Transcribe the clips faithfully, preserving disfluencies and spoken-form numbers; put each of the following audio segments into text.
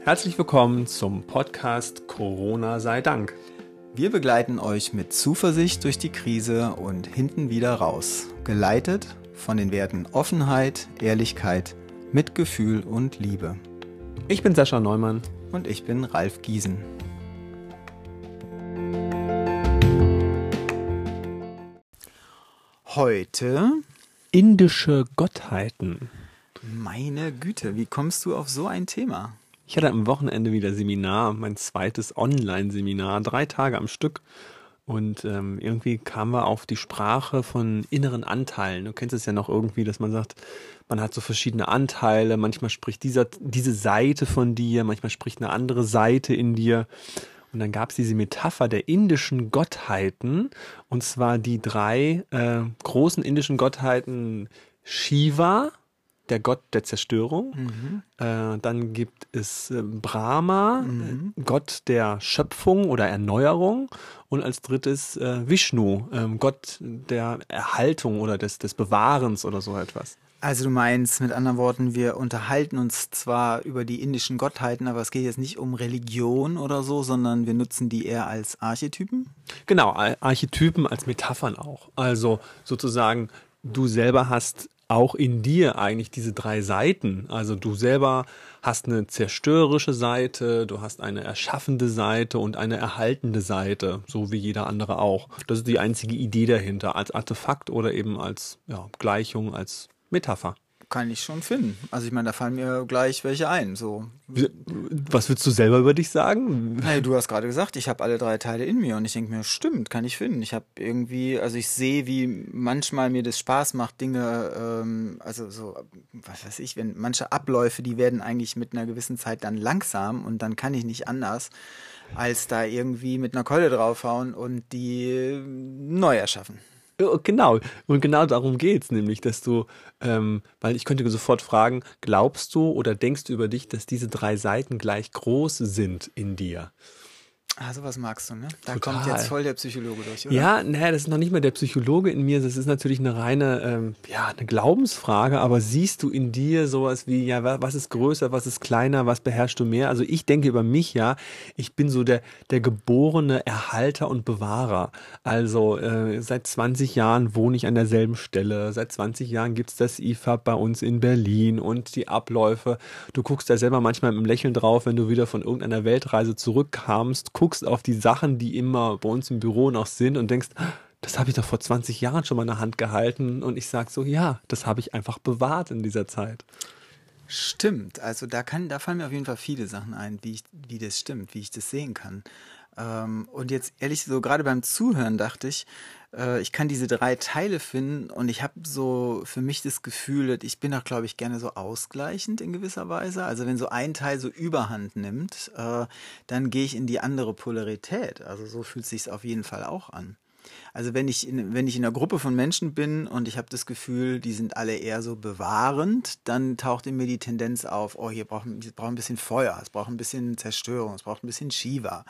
Herzlich willkommen zum Podcast Corona sei Dank. Wir begleiten euch mit Zuversicht durch die Krise und hinten wieder raus, geleitet von den Werten Offenheit, Ehrlichkeit, Mitgefühl und Liebe. Ich bin Sascha Neumann. Und ich bin Ralf Giesen. Heute indische Gottheiten. Meine Güte, wie kommst du auf so ein Thema? Ich hatte am Wochenende wieder Seminar, mein zweites Online-Seminar, drei Tage am Stück. Und ähm, irgendwie kamen wir auf die Sprache von inneren Anteilen. Du kennst es ja noch irgendwie, dass man sagt, man hat so verschiedene Anteile. Manchmal spricht dieser, diese Seite von dir, manchmal spricht eine andere Seite in dir. Und dann gab es diese Metapher der indischen Gottheiten. Und zwar die drei äh, großen indischen Gottheiten Shiva, der Gott der Zerstörung. Mhm. Äh, dann gibt es äh, Brahma, mhm. äh, Gott der Schöpfung oder Erneuerung. Und als drittes äh, Vishnu, äh, Gott der Erhaltung oder des, des Bewahrens oder so etwas. Also du meinst, mit anderen Worten, wir unterhalten uns zwar über die indischen Gottheiten, aber es geht jetzt nicht um Religion oder so, sondern wir nutzen die eher als Archetypen? Genau, Archetypen als Metaphern auch. Also sozusagen, du selber hast auch in dir eigentlich diese drei Seiten. Also du selber hast eine zerstörerische Seite, du hast eine erschaffende Seite und eine erhaltende Seite, so wie jeder andere auch. Das ist die einzige Idee dahinter, als Artefakt oder eben als ja, Gleichung, als Metapher. Kann ich schon finden. Also ich meine, da fallen mir gleich welche ein. So. Was würdest du selber über dich sagen? Hey, du hast gerade gesagt, ich habe alle drei Teile in mir und ich denke mir, stimmt, kann ich finden. Ich habe irgendwie, also ich sehe, wie manchmal mir das Spaß macht, Dinge, ähm, also so, was weiß ich, wenn manche Abläufe, die werden eigentlich mit einer gewissen Zeit dann langsam und dann kann ich nicht anders, als da irgendwie mit einer Keule draufhauen und die neu erschaffen. Genau, und genau darum geht's nämlich, dass du, ähm, weil ich könnte sofort fragen, glaubst du oder denkst du über dich, dass diese drei Seiten gleich groß sind in dir? Ah, sowas magst du, ne? Da Total. Kommt jetzt voll der Psychologe durch, oder? Ja, naja, das ist noch nicht mal der Psychologe in mir, das ist natürlich eine reine, ähm, ja, eine Glaubensfrage, aber siehst du in dir sowas wie, ja, was ist größer, was ist kleiner, was beherrschst du mehr? Also ich denke über mich, ja, ich bin so der, der geborene Erhalter und Bewahrer. Also äh, seit zwanzig Jahren wohne ich an derselben Stelle, seit zwanzig Jahren gibt's das I F A B bei uns in Berlin und die Abläufe. Du guckst da selber manchmal mit einem Lächeln drauf, wenn du wieder von irgendeiner Weltreise zurückkamst, guckst auf die Sachen, die immer bei uns im Büro noch sind und denkst, das habe ich doch vor zwanzig Jahren schon mal in der Hand gehalten und ich sage so, ja, das habe ich einfach bewahrt in dieser Zeit. Stimmt, also da kann, da fallen mir auf jeden Fall viele Sachen ein, wie ich, wie das stimmt, wie ich das sehen kann. Ähm, und jetzt ehrlich so, gerade beim Zuhören dachte ich, äh, ich kann diese drei Teile finden und ich habe so für mich das Gefühl, dass ich bin auch, glaube ich, gerne so ausgleichend in gewisser Weise. Also wenn so ein Teil so Überhand nimmt, äh, dann gehe ich in die andere Polarität. Also so fühlt es sich auf jeden Fall auch an. Also wenn ich in, wenn ich in einer Gruppe von Menschen bin und ich habe das Gefühl, die sind alle eher so bewahrend, dann taucht in mir die Tendenz auf, oh, hier braucht es braucht ein bisschen Feuer, es braucht ein bisschen Zerstörung, es braucht ein bisschen Shiva.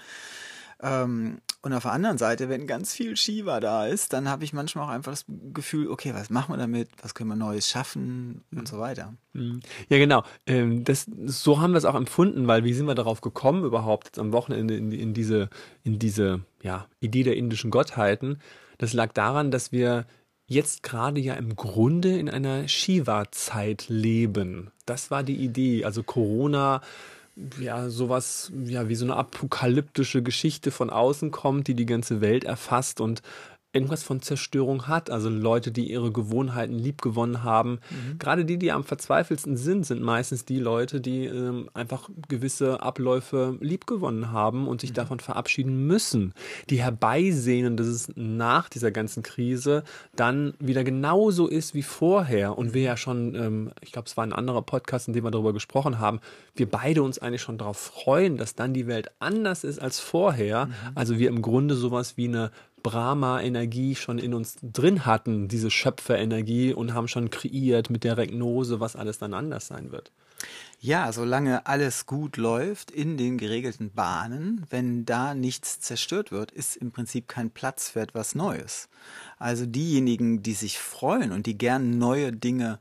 Ähm, und auf der anderen Seite, wenn ganz viel Shiva da ist, dann habe ich manchmal auch einfach das Gefühl, okay, was machen wir damit, was können wir Neues schaffen und mhm. so weiter. Ja, genau. Ähm, das, so haben wir es auch empfunden, weil wie sind wir darauf gekommen überhaupt jetzt am Wochenende in, in diese, in diese ja, Idee der indischen Gottheiten? Das lag daran, dass wir jetzt gerade ja im Grunde in einer Shiva-Zeit leben. Das war die Idee. Also Corona, ja, sowas, ja, wie so eine apokalyptische Geschichte von außen kommt, die die ganze Welt erfasst und irgendwas von Zerstörung hat. Also Leute, die ihre Gewohnheiten liebgewonnen haben. Mhm. Gerade die, die am verzweifelsten sind, sind meistens die Leute, die ähm, einfach gewisse Abläufe liebgewonnen haben und sich mhm. davon verabschieden müssen. Die herbeisehnen, dass es nach dieser ganzen Krise dann wieder genauso ist wie vorher. Und wir ja schon, ähm, ich glaube, es war ein anderer Podcast, in dem wir darüber gesprochen haben, wir beide uns eigentlich schon darauf freuen, dass dann die Welt anders ist als vorher. Mhm. Also wir im Grunde sowas wie eine Brahma-Energie schon in uns drin hatten, diese Schöpferenergie, und haben schon kreiert mit der Regnose, was alles dann anders sein wird. Ja, solange alles gut läuft in den geregelten Bahnen, wenn da nichts zerstört wird, ist im Prinzip kein Platz für etwas Neues. Also diejenigen, die sich freuen und die gern neue Dinge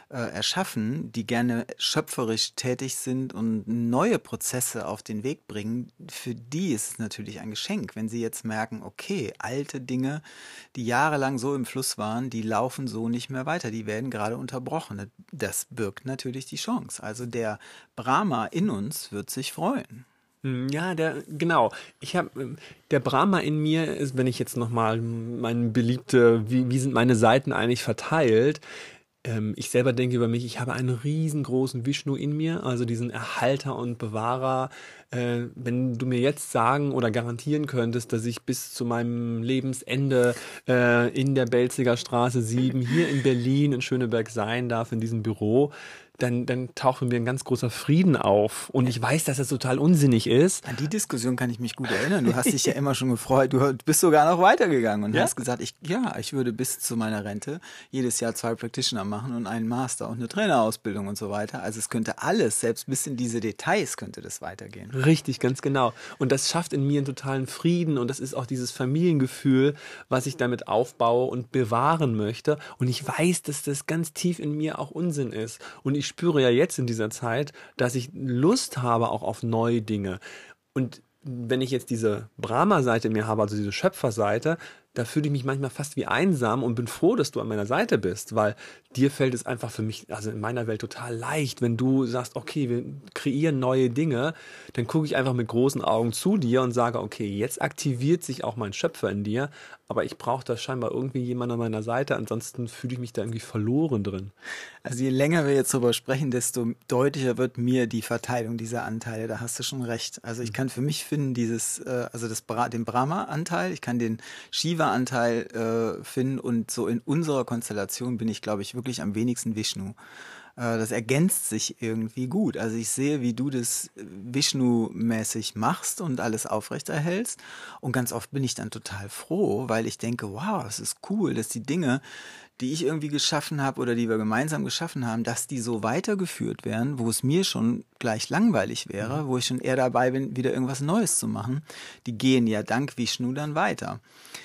äh, erschaffen, die gerne schöpferisch tätig sind und neue Prozesse auf den Weg bringen, für die ist es natürlich ein Geschenk, wenn sie jetzt merken, okay, alte Dinge, die jahrelang so im Fluss waren, die laufen so nicht mehr weiter, die werden gerade unterbrochen. Das birgt natürlich die Chance. Also der Brahma in uns wird sich freuen. Ja, der, genau. Ich habe, der Brahma in mir ist, wenn ich jetzt nochmal meine beliebte, wie, wie sind meine Seiten eigentlich verteilt? Ähm, ich selber denke über mich, ich habe einen riesengroßen Vishnu in mir, also diesen Erhalter und Bewahrer. Äh, wenn du mir jetzt sagen oder garantieren könntest, dass ich bis zu meinem Lebensende äh, in der Belziger Straße sieben hier in Berlin in Schöneberg sein darf, in diesem Büro, dann, dann taucht in mir ein ganz großer Frieden auf. Und ich weiß, dass das total unsinnig ist. An die Diskussion kann ich mich gut erinnern. Du hast dich ja immer schon gefreut. Du bist sogar noch weitergegangen und Ja? hast gesagt, ich, ja, ich würde bis zu meiner Rente jedes Jahr zwei Practitioner machen und einen Master und eine Trainerausbildung und so weiter. Also es könnte alles, selbst bis in diese Details könnte das weitergehen. Richtig, ganz genau. Und das schafft in mir einen totalen Frieden und das ist auch dieses Familiengefühl, was ich damit aufbaue und bewahren möchte. Und ich weiß, dass das ganz tief in mir auch Unsinn ist. Und ich spüre ja jetzt in dieser Zeit, dass ich Lust habe auch auf neue Dinge. Und wenn ich jetzt diese Brahma-Seite in mir habe, also diese Schöpferseite, da fühle ich mich manchmal fast wie einsam und bin froh, dass du an meiner Seite bist, weil dir fällt es einfach für mich, also in meiner Welt total leicht, wenn du sagst, okay, wir kreieren neue Dinge, dann gucke ich einfach mit großen Augen zu dir und sage, okay, jetzt aktiviert sich auch mein Schöpfer in dir, aber ich brauche da scheinbar irgendwie jemanden an meiner Seite, ansonsten fühle ich mich da irgendwie verloren drin. Also je länger wir jetzt darüber sprechen, desto deutlicher wird mir die Verteilung dieser Anteile, da hast du schon recht. Also ich kann für mich finden, dieses, äh, also das Bra- den Brahma-Anteil, ich kann den Shiva-Anteil äh, finden und so in unserer Konstellation bin ich, glaube ich, wirklich am wenigsten Vishnu. Äh, das ergänzt sich irgendwie gut. Also ich sehe, wie du das Vishnu-mäßig machst und alles aufrechterhältst und ganz oft bin ich dann total froh, weil ich denke, wow, das ist cool, dass die Dinge, die ich irgendwie geschaffen habe oder die wir gemeinsam geschaffen haben, dass die so weitergeführt werden, wo es mir schon gleich langweilig wäre, mhm. wo ich schon eher dabei bin, wieder irgendwas Neues zu machen. Die gehen ja dank Vishnu dann weiter.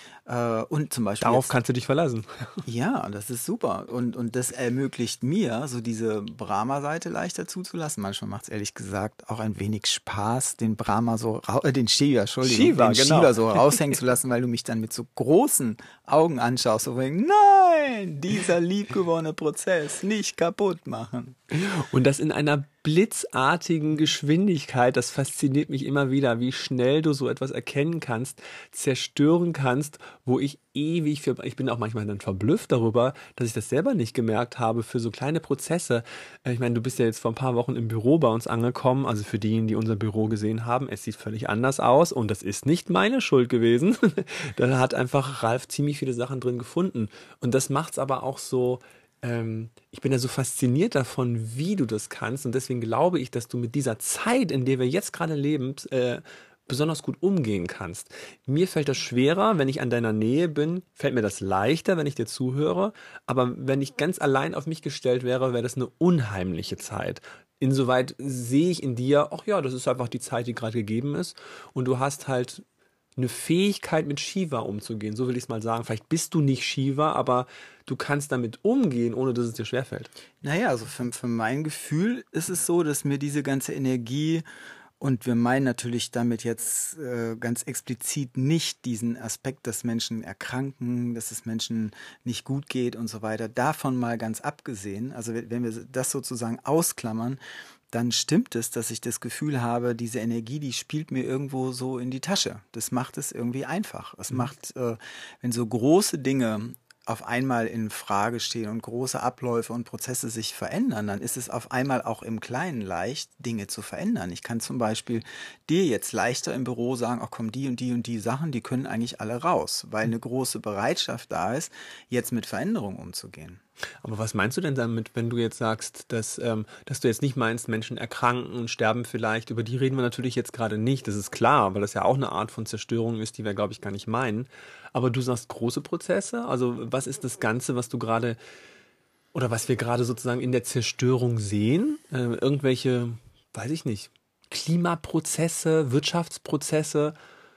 Äh, und zum Beispiel Darauf jetzt, kannst du dich verlassen. ja, das ist super. Und, und das ermöglicht mir, so diese Brahma-Seite leichter zuzulassen. Manchmal macht es ehrlich gesagt auch ein wenig Spaß, den Brahma so, rau- äh, den Shiva, Entschuldigung, Shiva, den genau. Shiva so raushängen zu lassen, weil du mich dann mit so großen Augen anschaust und denkst, nein, dieser liebgewonnene Prozess nicht kaputt machen. Und das in einer blitzartigen Geschwindigkeit, das fasziniert mich immer wieder, wie schnell du so etwas erkennen kannst, zerstören kannst, wo ich ewig für, ich bin auch manchmal dann verblüfft darüber, dass ich das selber nicht gemerkt habe für so kleine Prozesse. Ich meine, du bist ja jetzt vor ein paar Wochen im Büro bei uns angekommen, also für diejenigen, die unser Büro gesehen haben, es sieht völlig anders aus und das ist nicht meine Schuld gewesen. Da hat einfach Ralf ziemlich viele Sachen drin gefunden und das macht's aber auch so. Ich bin ja so fasziniert davon, wie du das kannst und deswegen glaube ich, dass du mit dieser Zeit, in der wir jetzt gerade leben, äh, besonders gut umgehen kannst. Mir fällt das schwerer, wenn ich an deiner Nähe bin, fällt mir das leichter, wenn ich dir zuhöre, aber wenn ich ganz allein auf mich gestellt wäre, wäre das eine unheimliche Zeit. Insoweit sehe ich in dir, ach ja, das ist einfach die Zeit, die gerade gegeben ist und du hast halt eine Fähigkeit, mit Shiva umzugehen, so will ich es mal sagen. Vielleicht bist du nicht Shiva, aber du kannst damit umgehen, ohne dass es dir schwerfällt. Naja, also für, für mein Gefühl ist es so, dass mir diese ganze Energie, und wir meinen natürlich damit jetzt äh, ganz explizit nicht diesen Aspekt, dass Menschen erkranken, dass es Menschen nicht gut geht und so weiter, davon mal ganz abgesehen, also wenn wir das sozusagen ausklammern, dann stimmt es, dass ich das Gefühl habe, diese Energie, die spielt mir irgendwo so in die Tasche. Das macht es irgendwie einfach. Es macht, äh, wenn so große Dinge auf einmal in Frage stehen und große Abläufe und Prozesse sich verändern, dann ist es auf einmal auch im Kleinen leicht, Dinge zu verändern. Ich kann zum Beispiel dir jetzt leichter im Büro sagen, ach komm, die und die und die Sachen, die können eigentlich alle raus, weil eine große Bereitschaft da ist, jetzt mit Veränderungen umzugehen. Aber was meinst du denn damit, wenn du jetzt sagst, dass, ähm, dass du jetzt nicht meinst, Menschen erkranken und sterben vielleicht? Über die reden wir natürlich jetzt gerade nicht, das ist klar, weil das ja auch eine Art von Zerstörung ist, die wir, glaube ich, gar nicht meinen. Aber du sagst große Prozesse, also was ist das Ganze, was du gerade, oder was wir gerade sozusagen in der Zerstörung sehen? Äh, irgendwelche, weiß ich nicht, Klimaprozesse, Wirtschaftsprozesse?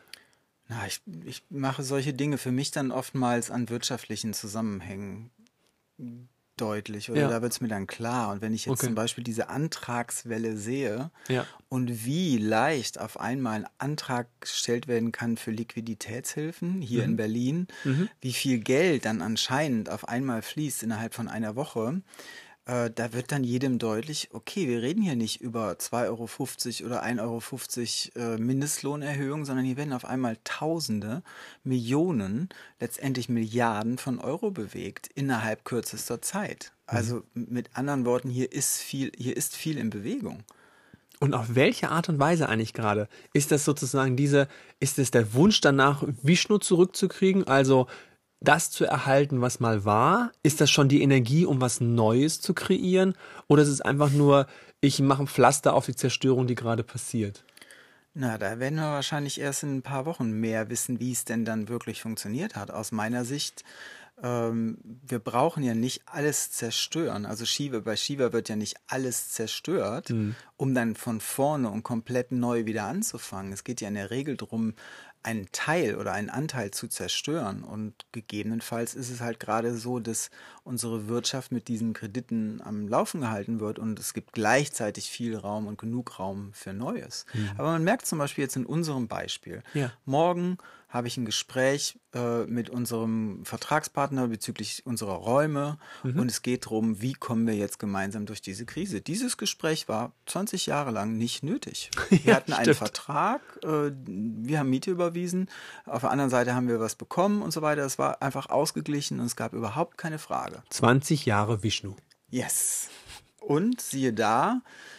Na, ich, ich mache solche Dinge für mich dann oftmals an wirtschaftlichen Zusammenhängen deutlich oder Ja. da wird es mir dann klar. Und wenn ich jetzt Okay. zum Beispiel diese Antragswelle sehe Ja. und wie leicht auf einmal ein Antrag gestellt werden kann für Liquiditätshilfen hier in Berlin, Mhm. wie viel Geld dann anscheinend auf einmal fließt innerhalb von einer Woche, äh, da wird dann jedem deutlich, okay, wir reden hier nicht über zwei Euro fünfzig oder ein Euro fünfzig äh, Mindestlohnerhöhung, sondern hier werden auf einmal Tausende, Millionen, letztendlich Milliarden von Euro bewegt innerhalb kürzester Zeit. Also m- mit anderen Worten, hier ist viel, hier ist viel in Bewegung. Und auf welche Art und Weise eigentlich gerade? Ist das sozusagen diese, ist es der Wunsch danach, Vishnu zurückzukriegen, also das zu erhalten, was mal war? Ist das schon die Energie, um was Neues zu kreieren? Oder ist es einfach nur, ich mache ein Pflaster auf die Zerstörung, die gerade passiert? Na, da werden wir wahrscheinlich erst in ein paar Wochen mehr wissen, wie es denn dann wirklich funktioniert hat. Aus meiner Sicht, ähm, wir brauchen ja nicht alles zerstören. Also Shiva, bei Shiva wird ja nicht alles zerstört, um dann von vorne und komplett neu wieder anzufangen. Es geht ja in der Regel darum, einen Teil oder einen Anteil zu zerstören. Und gegebenenfalls ist es halt gerade so, dass unsere Wirtschaft mit diesen Krediten am Laufen gehalten wird und es gibt gleichzeitig viel Raum und genug Raum für Neues. Aber man merkt zum Beispiel jetzt in unserem Beispiel, Ja. morgen habe ich ein Gespräch äh, mit unserem Vertragspartner bezüglich unserer Räume und es geht darum, wie kommen wir jetzt gemeinsam durch diese Krise. Dieses Gespräch war zwanzig Jahre lang nicht nötig. Wir Ja, hatten einen stimmt. Vertrag, äh, wir haben Miete überwiesen, auf der anderen Seite haben wir was bekommen und so weiter. Es war einfach ausgeglichen und es gab überhaupt keine Frage. zwanzig Jahre Vishnu. Yes. Und siehe da,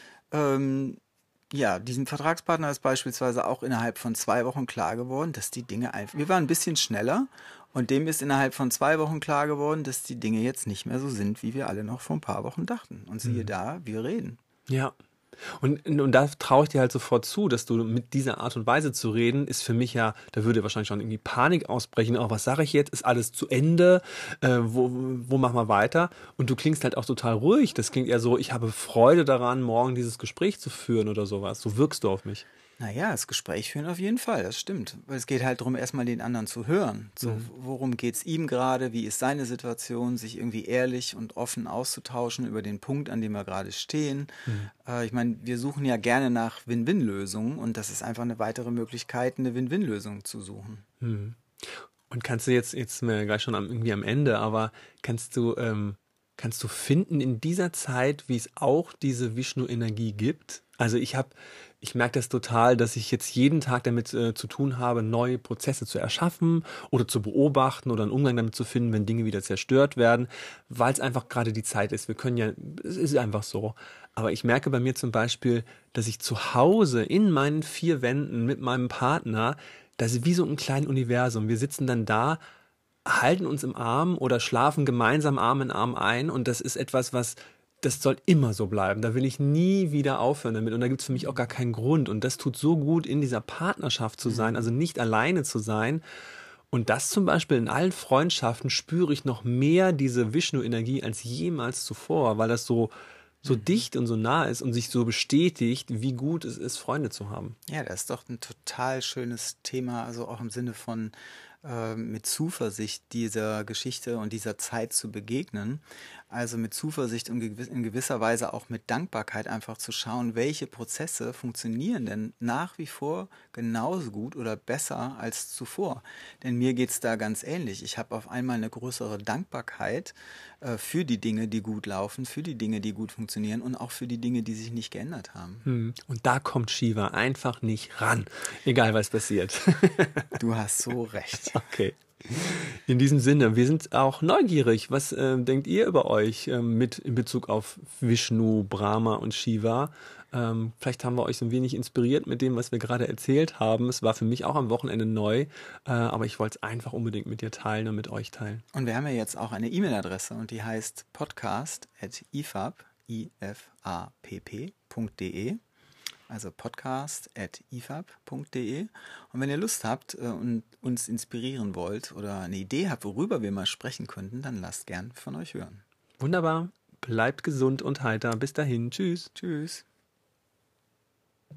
ähm, ja, diesem Vertragspartner ist beispielsweise auch innerhalb von zwei Wochen klar geworden, dass die Dinge einfach, wir waren ein bisschen schneller und dem ist innerhalb von zwei Wochen klar geworden, dass die Dinge jetzt nicht mehr so sind, wie wir alle noch vor ein paar Wochen dachten. Und siehe da, wir reden. Ja. Und, und da traue ich dir halt sofort zu, dass du mit dieser Art und Weise zu reden, ist für mich ja, da würde wahrscheinlich schon irgendwie Panik ausbrechen. Oh, was sage ich jetzt? Ist alles zu Ende? Äh, wo, wo machen wir weiter? Und du klingst halt auch total ruhig. Das klingt eher so, ich habe Freude daran, morgen dieses Gespräch zu führen oder sowas. So wirkst du auf mich. Naja, das Gespräch führen auf jeden Fall, das stimmt. Weil es geht halt darum, erstmal den anderen zu hören. So, worum geht es ihm gerade? Wie ist seine Situation? Sich irgendwie ehrlich und offen auszutauschen über den Punkt, an dem wir gerade stehen. Äh, ich meine, wir suchen ja gerne nach Win-Win-Lösungen und das ist einfach eine weitere Möglichkeit, eine Win-Win-Lösung zu suchen. Und kannst du jetzt, jetzt sind wir ja gleich schon am, irgendwie am Ende, aber kannst du, ähm, kannst du finden in dieser Zeit, wie es auch diese Vishnu-Energie gibt? Also ich habe, ich merke das total, dass ich jetzt jeden Tag damit äh, zu tun habe, neue Prozesse zu erschaffen oder zu beobachten oder einen Umgang damit zu finden, wenn Dinge wieder zerstört werden, weil es einfach gerade die Zeit ist. Wir können ja, es ist einfach so. Aber ich merke bei mir zum Beispiel, dass ich zu Hause in meinen vier Wänden mit meinem Partner, das ist wie so ein kleines Universum. Wir sitzen dann da, halten uns im Arm oder schlafen gemeinsam Arm in Arm ein und das ist etwas, was, das soll immer so bleiben. Da will ich nie wieder aufhören damit und da gibt es für mich auch gar keinen Grund und das tut so gut, in dieser Partnerschaft zu sein, also nicht alleine zu sein. Und das zum Beispiel in allen Freundschaften spüre ich noch mehr diese Vishnu-Energie als jemals zuvor, weil das so, so dicht und so nah ist und sich so bestätigt, wie gut es ist, Freunde zu haben. Ja, das ist doch ein total schönes Thema, also auch im Sinne von äh, mit Zuversicht dieser Geschichte und dieser Zeit zu begegnen. Also mit Zuversicht und gewiss, in gewisser Weise auch mit Dankbarkeit einfach zu schauen, welche Prozesse funktionieren denn nach wie vor genauso gut oder besser als zuvor. Denn mir geht's da ganz ähnlich. Ich habe auf einmal eine größere Dankbarkeit äh, für die Dinge, die gut laufen, für die Dinge, die gut funktionieren und auch für die Dinge, die sich nicht geändert haben. Hm. Und da kommt Shiva einfach nicht ran, egal was passiert. Du hast so recht. Okay. In diesem Sinne, wir sind auch neugierig. Was äh, denkt ihr über euch äh, mit in Bezug auf Vishnu, Brahma und Shiva? Ähm, vielleicht haben wir euch so ein wenig inspiriert mit dem, was wir gerade erzählt haben. Es war für mich auch am Wochenende neu, äh, aber ich wollte es einfach unbedingt mit dir teilen und mit euch teilen. Und wir haben ja jetzt auch eine E-Mail-Adresse und die heißt podcast at ifap, I F A P P Punkt de. Also podcast at ifap Punkt de. Und wenn ihr Lust habt äh, und uns inspirieren wollt oder eine Idee habt, worüber wir mal sprechen könnten, dann lasst gern von euch hören. Wunderbar. Bleibt gesund und heiter. Bis dahin. Tschüss. Tschüss.